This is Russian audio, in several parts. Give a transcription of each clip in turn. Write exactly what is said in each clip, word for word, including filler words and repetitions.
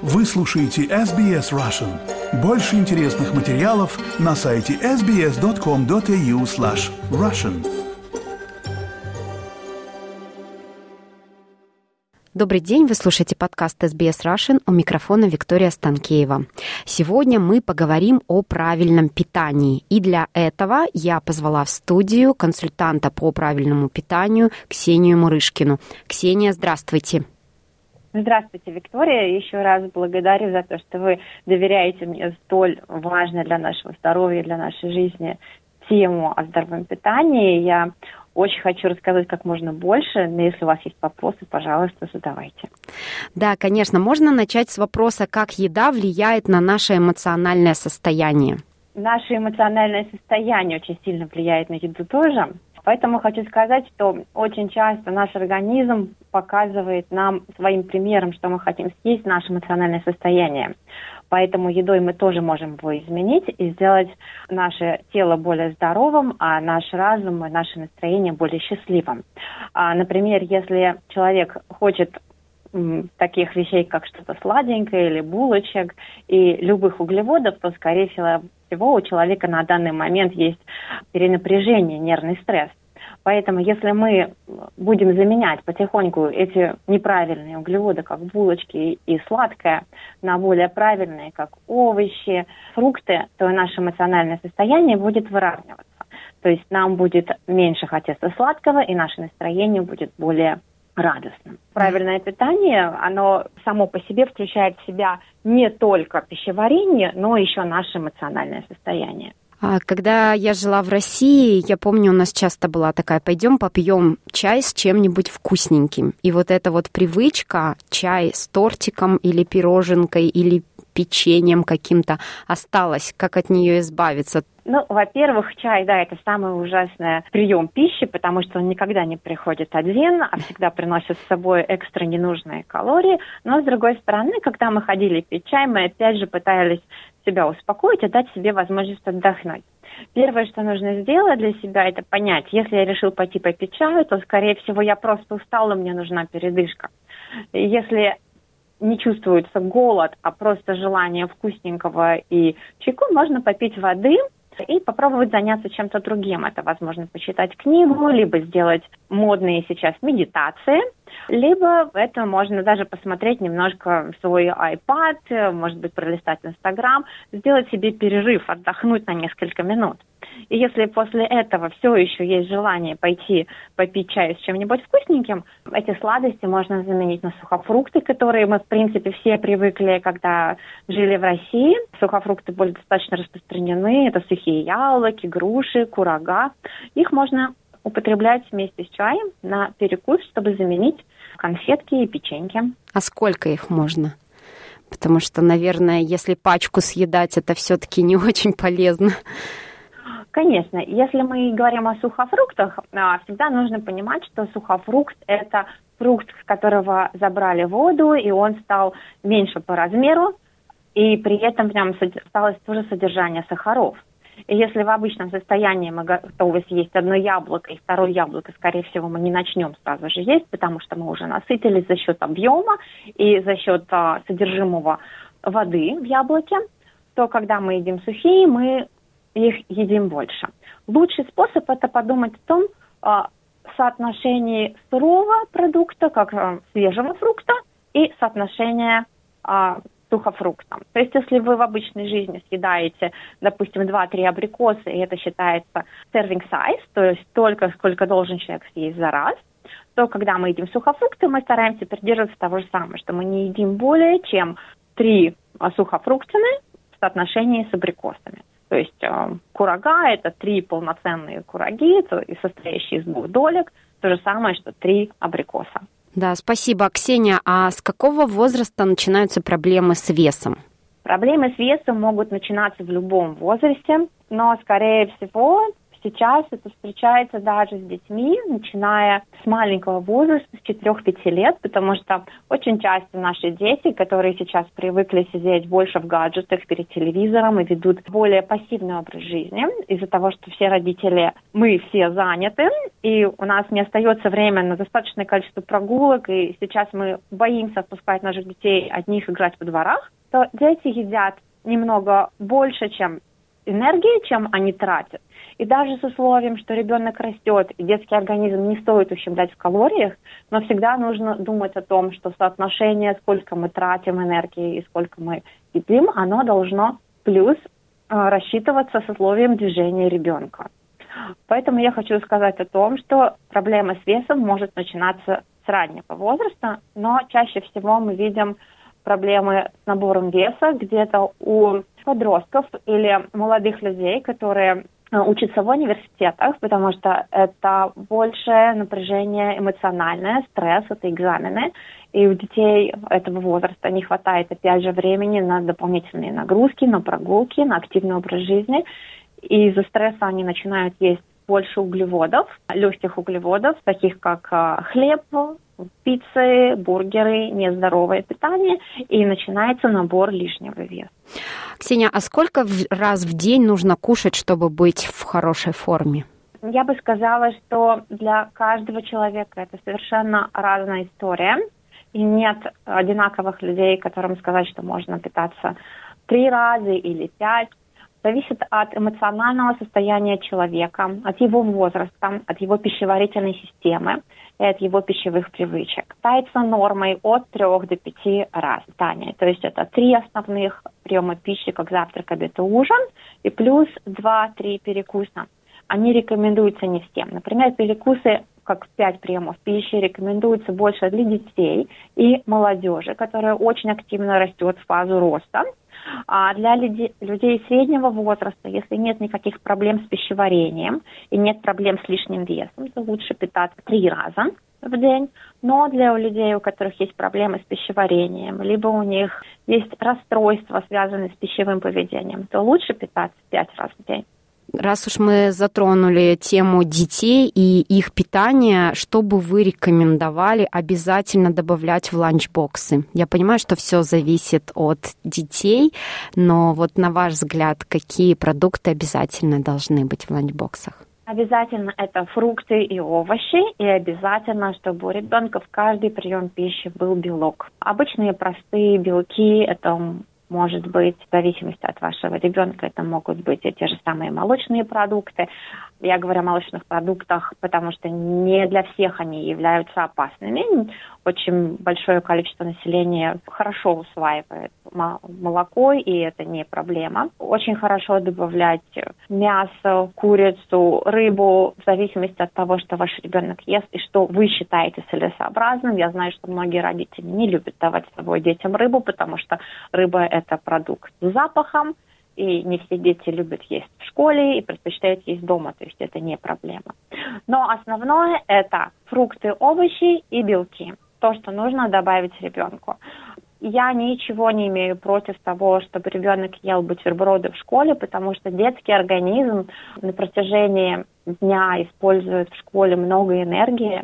Вы слушаете эс би эс Russian. Больше интересных материалов на сайте эс би эс точка ком точка эй ю слэш Russian. Добрый день, вы слушаете подкаст эс би эс Russian, у микрофона Виктория Станкеева. Сегодня мы поговорим о правильном питании, и для этого я позвала в студию консультанта по правильному питанию Ксению Мурышкину. Ксения, здравствуйте. Здравствуйте, Виктория. Еще раз благодарю за то, что вы доверяете мне столь важной для нашего здоровья, для нашей жизни тему о здоровом питании. Я очень хочу рассказать как можно больше, но если у вас есть вопросы, пожалуйста, задавайте. Да, конечно. Можно начать с вопроса, как еда влияет на наше эмоциональное состояние? Наше эмоциональное состояние очень сильно влияет на еду тоже. Поэтому хочу сказать, что очень часто наш организм показывает нам своим примером, что мы хотим съесть, наше эмоциональное состояние. Поэтому едой мы тоже можем его изменить и сделать наше тело более здоровым, а наш разум и наше настроение более счастливым. А, например, если человек хочет м, таких вещей, как что-то сладенькое или булочек и любых углеводов, то, скорее всего, всего у человека на данный момент есть перенапряжение, нервный стресс. Поэтому если мы будем заменять потихоньку эти неправильные углеводы, как булочки и сладкое, на более правильные, как овощи, фрукты, то наше эмоциональное состояние будет выравниваться. То есть нам будет меньше хотеться сладкого, и наше настроение будет более радостным. Правильное питание, оно само по себе включает в себя не только пищеварение, но еще наше эмоциональное состояние. Когда я жила в России, я помню, у нас часто была такая: пойдем попьем чай с чем-нибудь вкусненьким. И вот эта вот привычка, чай с тортиком или пироженкой, или печеньем каким-то, осталась. Как от нее избавиться? Ну, во-первых, чай, да, это самый ужасный прием пищи, потому что он никогда не приходит один, а всегда приносит с собой экстра ненужные калории. Но, с другой стороны, когда мы ходили пить чай, мы опять же пытались себя успокоить и дать себе возможность отдохнуть. Первое, что нужно сделать для себя, это понять, если я решил пойти попить чаю, то, скорее всего, я просто устала, мне нужна передышка. Если не чувствуется голод, а просто желание вкусненького и чайку, можно попить воды и попробовать заняться чем-то другим. Это, возможно, почитать книгу, либо сделать модные сейчас медитации, либо это можно даже посмотреть немножко в свой iPad, может быть, пролистать Instagram, сделать себе перерыв, отдохнуть на несколько минут. И если после этого все еще есть желание пойти попить чай с чем-нибудь вкусненьким, эти сладости можно заменить на сухофрукты, которые мы, в принципе, все привыкли, когда жили в России. Сухофрукты были достаточно распространены. Это сухие яблоки, груши, курага. Их можно употреблять вместе с чаем на перекус, чтобы заменить конфетки и печеньки. А сколько их можно? Потому что, наверное, если пачку съедать, это все-таки не очень полезно. Конечно, если мы говорим о сухофруктах, всегда нужно понимать, что сухофрукт – это фрукт, с которого забрали воду, и он стал меньше по размеру, и при этом в нем осталось тоже содержание сахаров. И если в обычном состоянии мы готовы съесть одно яблоко, и второе яблоко, скорее всего, мы не начнем сразу же есть, потому что мы уже насытились за счет объема и за счет а, содержимого воды в яблоке, то когда мы едим сухие, мы их едим больше. Лучший способ – это подумать о том а, соотношении сырого продукта, как а, свежего фрукта, и соотношения а, сухофруктам. То есть, если вы в обычной жизни съедаете, допустим, два-три абрикоса, и это считается serving size, то есть столько, сколько должен человек съесть за раз, то когда мы едим сухофрукты, мы стараемся придерживаться того же самого, что мы не едим более чем три сухофруктины в соотношении с абрикосами. То есть э, курага – это три полноценные кураги, то, и состоящие из двух долек, то же самое, что три абрикоса. Да, спасибо, Ксения. А с какого возраста начинаются проблемы с весом? Проблемы с весом могут начинаться в любом возрасте, но, скорее всего, сейчас это встречается даже с детьми, начиная с маленького возраста, с четырёх-пяти лет, потому что очень часто наши дети, которые сейчас привыкли сидеть больше в гаджетах перед телевизором и ведут более пассивный образ жизни, из-за того, что все родители, мы все заняты, и у нас не остается времени на достаточное количество прогулок, и сейчас мы боимся отпускать наших детей одних играть во дворах, то дети едят немного больше, чем энергии, чем они тратят. И даже с условием, что ребенок растет, и детский организм не стоит ущемлять в калориях, но всегда нужно думать о том, что соотношение, сколько мы тратим энергии и сколько мы едим, оно должно плюс э, рассчитываться с условием движения ребенка. Поэтому я хочу сказать о том, что проблема с весом может начинаться с раннего возраста, но чаще всего мы видим проблемы с набором веса где-то у подростков или молодых людей, которые учатся в университетах, потому что это большее напряжение эмоциональное, стресс, это экзамены, и у детей этого возраста не хватает, опять же, времени на дополнительные нагрузки, на прогулки, на активный образ жизни, и из-за стресса они начинают есть больше углеводов, легких углеводов, таких как хлеб, пиццы, бургеры, нездоровое питание, и начинается набор лишнего веса. Ксения, а сколько раз в день нужно кушать, чтобы быть в хорошей форме? Я бы сказала, что для каждого человека это совершенно разная история, и нет одинаковых людей, которым сказать, что можно питаться три раза или пять. Зависит от эмоционального состояния человека, от его возраста, от его пищеварительной системы и от его пищевых привычек. Считается нормой от трех до пяти раз питания. То есть это три основных приема пищи, как завтрак, обед и ужин, и плюс два-три перекуса. Они рекомендуются не всем. Например, перекусы, как пять приемов пищи, рекомендуются больше для детей и молодежи, которая очень активно растет в фазу роста. А для людей, людей среднего возраста, если нет никаких проблем с пищеварением и нет проблем с лишним весом, то лучше питаться три раза в день. Но для людей, у которых есть проблемы с пищеварением, либо у них есть расстройства, связанные с пищевым поведением, то лучше питаться пять раз в день. Раз уж мы затронули тему детей и их питания, что бы вы рекомендовали обязательно добавлять в ланчбоксы? Я понимаю, что все зависит от детей, но вот на ваш взгляд, какие продукты обязательно должны быть в ланчбоксах? Обязательно это фрукты и овощи, и обязательно, чтобы у ребенка в каждый прием пищи был белок. Обычные простые белки – это может быть, в зависимости от вашего ребенка, это могут быть и те же самые молочные продукты. Я говорю о молочных продуктах, потому что не для всех они являются опасными. Очень большое количество населения хорошо усваивает молоко, и это не проблема. Очень хорошо добавлять мясо, курицу, рыбу, в зависимости от того, что ваш ребенок ест и что вы считаете целесообразным. Я знаю, что многие родители не любят давать с собой детям рыбу, потому что рыба – это продукт с запахом, и не все дети любят есть в школе и предпочитают есть дома, то есть это не проблема. Но основное – это фрукты, овощи и белки. То, что нужно добавить ребенку. Я ничего не имею против того, чтобы ребенок ел бутерброды в школе, потому что детский организм на протяжении дня использует в школе много энергии,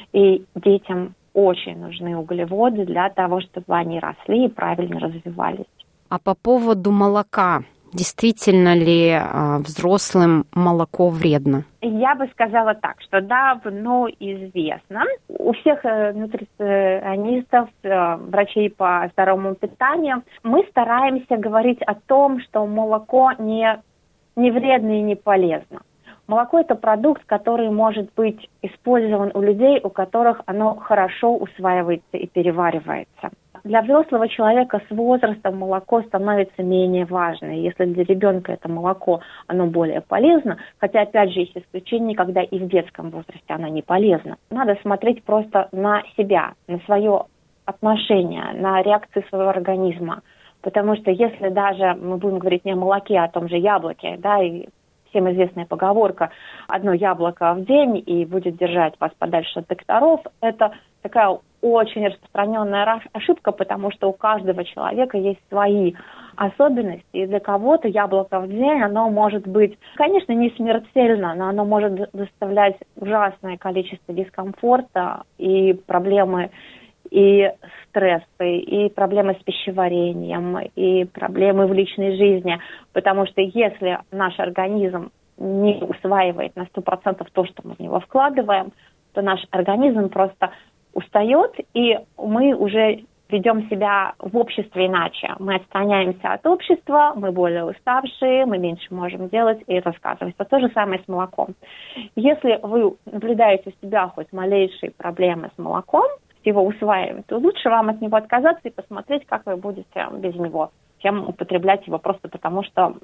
и детям очень нужны углеводы для того, чтобы они росли и правильно развивались. А по поводу молока, действительно ли э, взрослым молоко вредно? Я бы сказала так, что давно известно. У всех э, нутриционистов, э, врачей по здоровому питанию, мы стараемся говорить о том, что молоко не, не вредно и не полезно. Молоко – это продукт, который может быть использован у людей, у которых оно хорошо усваивается и переваривается. Для взрослого человека с возрастом молоко становится менее важно. Если для ребенка это молоко, оно более полезно, хотя, опять же, есть исключения, когда и в детском возрасте оно не полезно. Надо смотреть просто на себя, на свое отношение, на реакции своего организма. Потому что если даже мы будем говорить не о молоке, а о том же яблоке, да, и всем известная поговорка «одно яблоко в день и будет держать вас подальше от докторов», это такая очень распространенная ошибка, потому что у каждого человека есть свои особенности. И для кого-то яблоко в день, оно может быть, конечно, не смертельно, но оно может доставлять ужасное количество дискомфорта и проблемы, и стрессы, и проблемы с пищеварением, и проблемы в личной жизни. Потому что если наш организм не усваивает на сто процентов то, что мы в него вкладываем, то наш организм просто устает, и мы уже ведем себя в обществе иначе. Мы отстраняемся от общества, мы более уставшие, мы меньше можем делать и рассказывать. То же самое с молоком. Если вы наблюдаете у себя хоть малейшие проблемы с молоком, его усваиваем, то лучше вам от него отказаться и посмотреть, как вы будете без него, чем употреблять его просто потому, что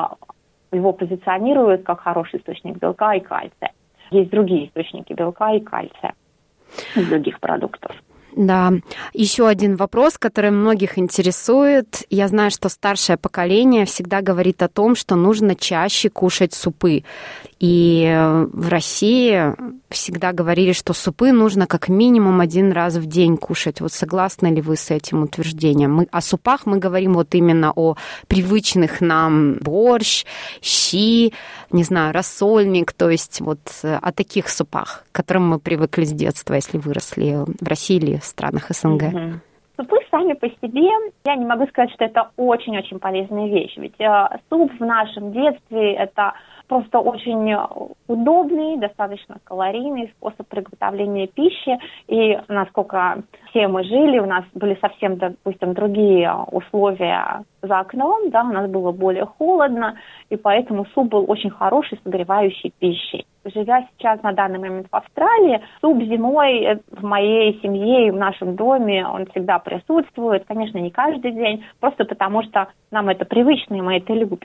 его позиционируют как хороший источник белка и кальция. Есть другие источники белка и кальция из других продуктов. Да, еще один вопрос, который многих интересует. Я знаю, что старшее поколение всегда говорит о том, что нужно чаще кушать супы. И в России всегда говорили, что супы нужно как минимум один раз в день кушать. Вот согласны ли вы с этим утверждением? Мы, о супах мы говорим вот именно о привычных нам борщ, щи, не знаю, рассольник, то есть вот о таких супах, к которым мы привыкли с детства, если выросли в России или в странах СНГ. Mm-hmm. Супы сами по себе, я не могу сказать, что это очень-очень полезная вещь. Ведь э, суп в нашем детстве – это просто очень удобный, достаточно калорийный способ приготовления пищи. И насколько все мы жили, у нас были совсем, допустим, другие условия за окном, да, у нас было более холодно, и поэтому суп был очень хорошей, согревающей пищей. Живя сейчас на данный момент в Австралии, суп зимой в моей семье и в нашем доме, он всегда присутствует. Конечно, не каждый день, просто потому что нам это привычно, и мы это любим.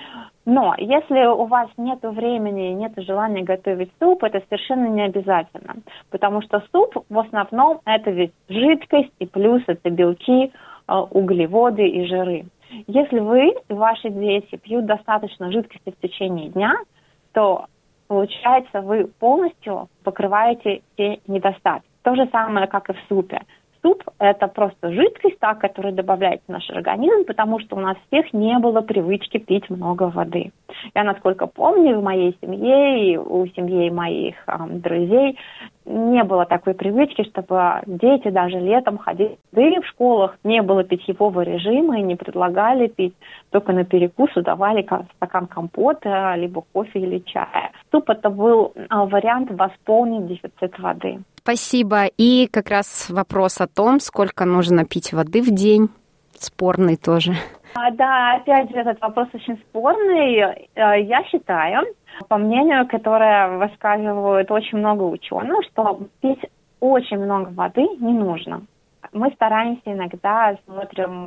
Но если у вас нет времени и нет желания готовить суп, это совершенно не обязательно. Потому что суп в основном это ведь жидкость, и плюс это белки, углеводы и жиры. Если вы и ваши дети пьют достаточно жидкости в течение дня, то получается, вы полностью покрываете все недостатки. То же самое, как и в супе. Суп – это просто жидкость, та, которая добавляется в наш организм, потому что у нас всех не было привычки пить много воды. Я, насколько помню, в моей семье и у семьи моих э, друзей не было такой привычки, чтобы дети даже летом ходили. Да и в школах не было питьевого режима и не предлагали пить. Только на перекус давали стакан компота, либо кофе или чая. Суп – это был э, вариант восполнить дефицит воды. Спасибо. И как раз вопрос о том, сколько нужно пить воды в день. Спорный тоже. А, да, опять же, этот вопрос очень спорный. Я считаю, по мнению, которое высказывают очень много ученых, что пить очень много воды не нужно. Мы стараемся иногда, смотрим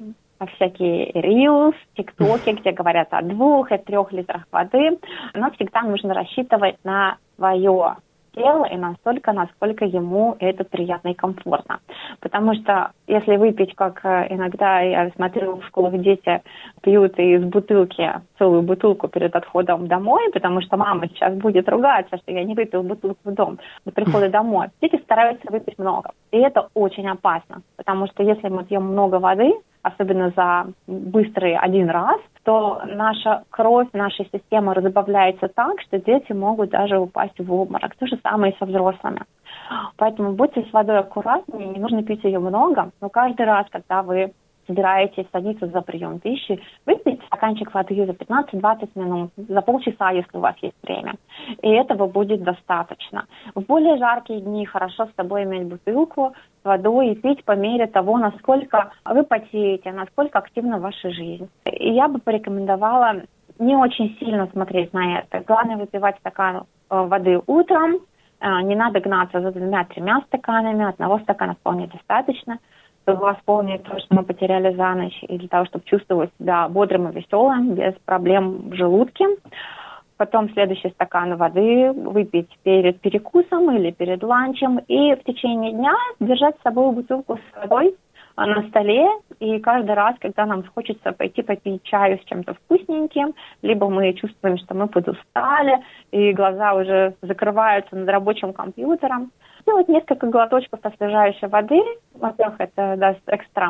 всякие рилс, тиктоки, где говорят о двух и трех литрах воды, но всегда нужно рассчитывать на свое тело и настолько, насколько ему это приятно и комфортно. Потому что если выпить, как иногда я смотрю в школах, дети пьют из бутылки целую бутылку перед отходом домой, потому что мама сейчас будет ругаться, что я не выпил бутылку в дом до прихода домой. Дети стараются выпить много. И это очень опасно, потому что если мы пьем много воды, особенно за быстрый один раз, то наша кровь, наша система разбавляется так, что дети могут даже упасть в обморок. То же самое и со взрослыми. Поэтому будьте с водой аккуратнее, не нужно пить ее много, но каждый раз, когда вы собираетесь садиться за прием пищи, выпейте стаканчик воды за пятнадцать-двадцать минут, за полчаса, если у вас есть время. И этого будет достаточно. В более жаркие дни хорошо с собой иметь бутылку с водой и пить по мере того, насколько вы потеете, насколько активна ваша жизнь. И я бы порекомендовала не очень сильно смотреть на это. Главное выпивать стакан воды утром. Не надо гнаться за двумя-тремя стаканами. Одного стакана вполне достаточно, чтобы восполнить то, что мы потеряли за ночь, и для того, чтобы чувствовать себя бодрым и веселым, без проблем в желудке. Потом следующий стакан воды выпить перед перекусом или перед ланчем. И в течение дня держать с собой бутылку с водой на столе. И каждый раз, когда нам хочется пойти попить чаю с чем-то вкусненьким, либо мы чувствуем, что мы подустали, и глаза уже закрываются над рабочим компьютером, сделать несколько глоточков освежающей воды. Во-первых, это даст экстра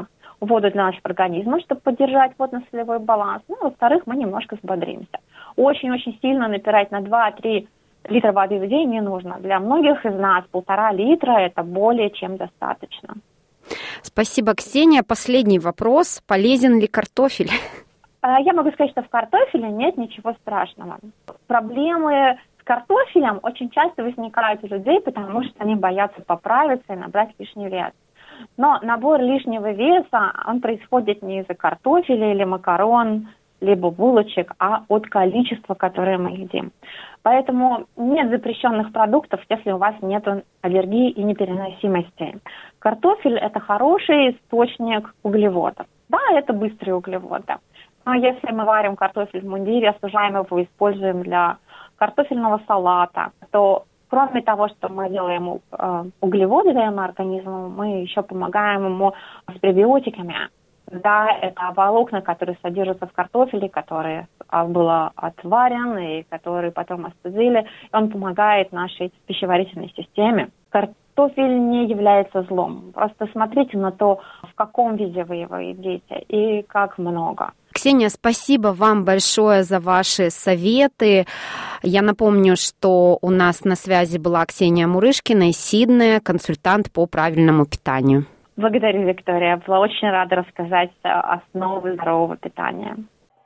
воду для нашего организма, чтобы поддержать водно-солевой баланс. Ну, во-вторых, мы немножко взбодримся. Очень-очень сильно напирать на два-три литра воды в день не нужно. Для многих из нас полтора литра – это более чем достаточно. Спасибо, Ксения. Последний вопрос. Полезен ли картофель? Я могу сказать, что в картофеле нет ничего страшного. Проблемы с картофелем очень часто возникают у людей, потому что они боятся поправиться и набрать лишний вес. Но набор лишнего веса, он происходит не из-за картофеля или макарон, либо булочек, а от количества, которое мы едим. Поэтому нет запрещенных продуктов, если у вас нет аллергии и непереносимости. Картофель – это хороший источник углеводов. Да, это быстрые углеводы. Но если мы варим картофель в мундире, остужаем его, используем для картофельного салата, то кроме того, что мы делаем э, углеводы, даем организму, мы еще помогаем ему с пребиотиками. Да, это волокна, которые содержатся в картофеле, которые было отварены и которые потом остудили. И он помогает нашей пищеварительной системе. Картофель не является злом. Просто смотрите на то, в каком виде вы его едите и как много. Ксения, спасибо вам большое за ваши советы. Я напомню, что у нас на связи была Ксения Мурышкина из Сиднея, консультант по правильному питанию. Благодарю, Виктория. Была очень рада рассказать основы здорового питания.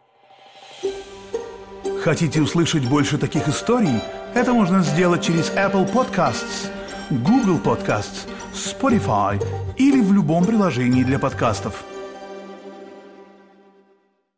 Хотите услышать больше таких историй? Это можно сделать через Apple Podcasts, Google Podcasts, Spotify или в любом приложении для подкастов.